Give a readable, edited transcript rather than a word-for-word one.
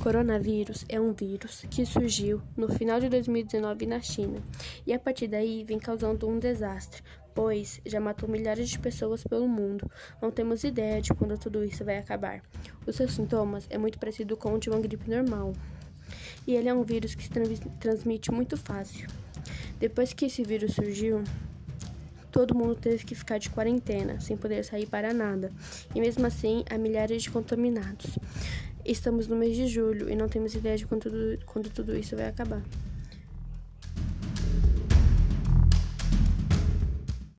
Coronavírus é um vírus que surgiu no final de 2019 na China e a partir daí vem causando um desastre, pois já matou milhares de pessoas pelo mundo. Não temos ideia de quando tudo isso vai acabar. Os seus sintomas é muito parecido com o de uma gripe normal e ele é um vírus que se transmite muito fácil. Depois que esse vírus surgiu, todo mundo teve que ficar de quarentena, sem poder sair para nada, e mesmo assim há milhares de contaminados. Estamos no mês de julho e não temos ideia de quando tudo isso vai acabar.